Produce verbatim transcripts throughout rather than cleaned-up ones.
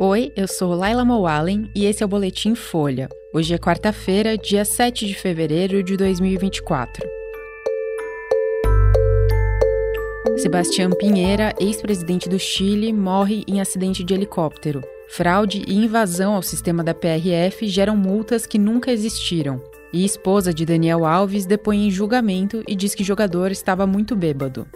Oi, eu sou Laila Moalen e esse é o Boletim Folha. Hoje é quarta-feira, dia sete de fevereiro de dois mil e vinte e quatro. Sebastián Piñera, ex-presidente do Chile, morre em acidente de helicóptero. Fraude e invasão ao sistema da P R F geram multas que nunca existiram. E esposa de Daniel Alves depõe em julgamento e diz que o jogador estava muito bêbado.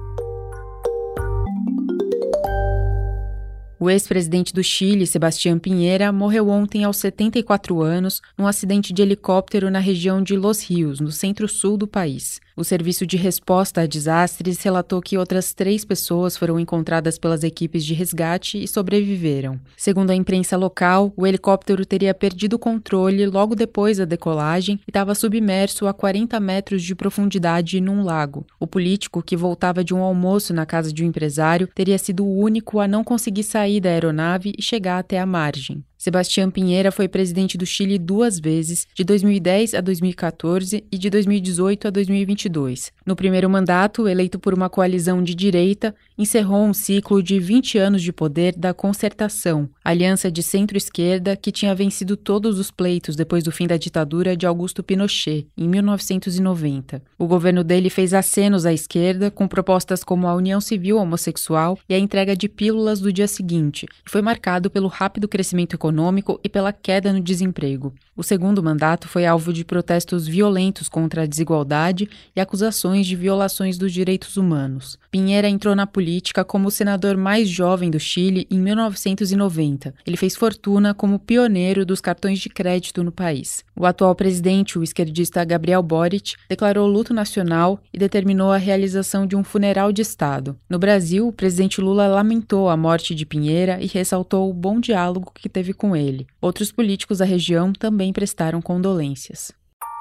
O ex-presidente do Chile, Sebastián Piñera, morreu ontem aos setenta e quatro anos num acidente de helicóptero na região de Los Rios, no centro-sul do país. O Serviço de Resposta a Desastres relatou que outras três pessoas foram encontradas pelas equipes de resgate e sobreviveram. Segundo a imprensa local, o helicóptero teria perdido o controle logo depois da decolagem e estava submerso a quarenta metros de profundidade num lago. O político, que voltava de um almoço na casa de um empresário, teria sido o único a não conseguir sair da aeronave e chegar até a margem. Sebastián Piñera foi presidente do Chile duas vezes, de dois mil e dez a dois mil e quatorze e de dois mil e dezoito a dois mil e vinte e dois. No primeiro mandato, eleito por uma coalizão de direita, encerrou um ciclo de vinte anos de poder da Concertação, aliança de centro-esquerda que tinha vencido todos os pleitos depois do fim da ditadura de Augusto Pinochet, em mil novecentos e noventa. O governo dele fez acenos à esquerda, com propostas como a união civil homossexual e a entrega de pílulas do dia seguinte, e foi marcado pelo rápido crescimento econômico econômico e pela queda no desemprego. O segundo mandato foi alvo de protestos violentos contra a desigualdade e acusações de violações dos direitos humanos. Piñera entrou na política como o senador mais jovem do Chile em mil novecentos e noventa. Ele fez fortuna como pioneiro dos cartões de crédito no país. O atual presidente, o esquerdista Gabriel Boric, declarou luto nacional e determinou a realização de um funeral de Estado. No Brasil, o presidente Lula lamentou a morte de Piñera e ressaltou o bom diálogo que teve com ele. Outros políticos da região também prestaram condolências.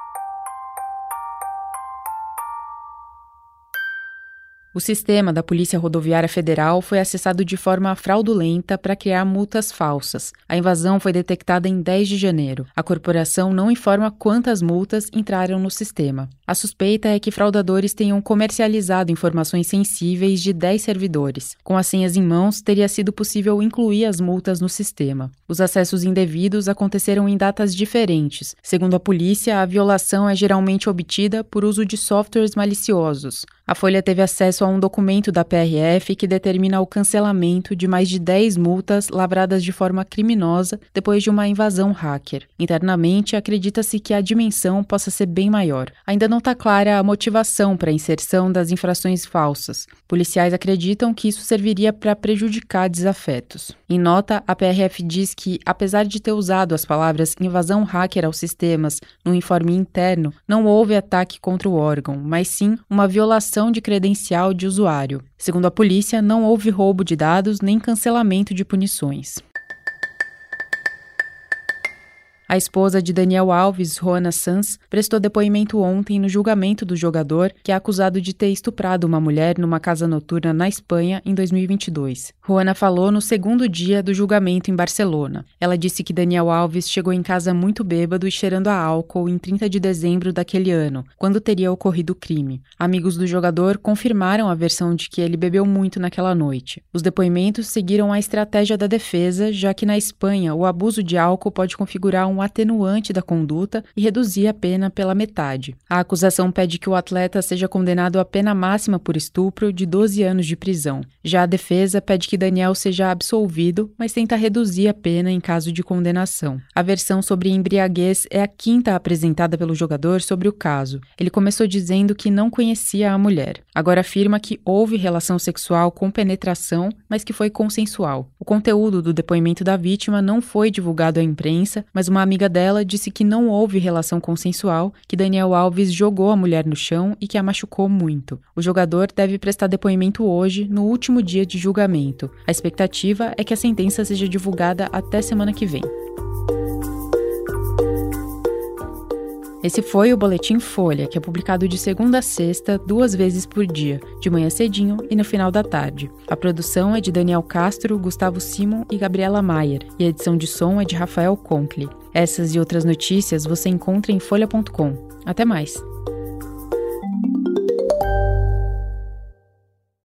O sistema da Polícia Rodoviária Federal foi acessado de forma fraudulenta para criar multas falsas. A invasão foi detectada em dez de janeiro. A corporação não informa quantas multas entraram no sistema. A suspeita é que fraudadores tenham comercializado informações sensíveis de dez servidores. Com as senhas em mãos, teria sido possível incluir as multas no sistema. Os acessos indevidos aconteceram em datas diferentes. Segundo a polícia, a violação é geralmente obtida por uso de softwares maliciosos. A Folha teve acesso a um documento da P R F que determina o cancelamento de mais de dez multas lavradas de forma criminosa depois de uma invasão hacker. Internamente, acredita-se que a dimensão possa ser bem maior. Ainda não está clara a motivação para a inserção das infrações falsas. Policiais acreditam que isso serviria para prejudicar desafetos. Em nota, a P R F diz que, apesar de ter usado as palavras invasão hacker aos sistemas no informe interno, não houve ataque contra o órgão, mas sim uma violação de credencial de usuário. Segundo a polícia, não houve roubo de dados nem cancelamento de punições. A esposa de Daniel Alves, Joana Sanz, prestou depoimento ontem no julgamento do jogador, que é acusado de ter estuprado uma mulher numa casa noturna na Espanha em dois mil e vinte e dois. Joana falou no segundo dia do julgamento em Barcelona. Ela disse que Daniel Alves chegou em casa muito bêbado e cheirando a álcool em trinta de dezembro daquele ano, quando teria ocorrido o crime. Amigos do jogador confirmaram a versão de que ele bebeu muito naquela noite. Os depoimentos seguiram a estratégia da defesa, já que na Espanha o abuso de álcool pode configurar um um atenuante da conduta e reduzir a pena pela metade. A acusação pede que o atleta seja condenado à pena máxima por estupro de doze anos de prisão. Já a defesa pede que Daniel seja absolvido, mas tenta reduzir a pena em caso de condenação. A versão sobre embriaguez é a quinta apresentada pelo jogador sobre o caso. Ele começou dizendo que não conhecia a mulher. Agora afirma que houve relação sexual com penetração, mas que foi consensual. O conteúdo do depoimento da vítima não foi divulgado à imprensa, mas uma amiga dela disse que não houve relação consensual, que Daniel Alves jogou a mulher no chão e que a machucou muito. O jogador deve prestar depoimento hoje, no último dia de julgamento. A expectativa é que a sentença seja divulgada até semana que vem. Esse foi o Boletim Folha, que é publicado de segunda a sexta, duas vezes por dia, de manhã cedinho e no final da tarde. A produção é de Daniel Castro, Gustavo Simon e Gabriela Maier, e a edição de som é de Rafael Conkle. Essas e outras notícias você encontra em folha ponto com. Até mais!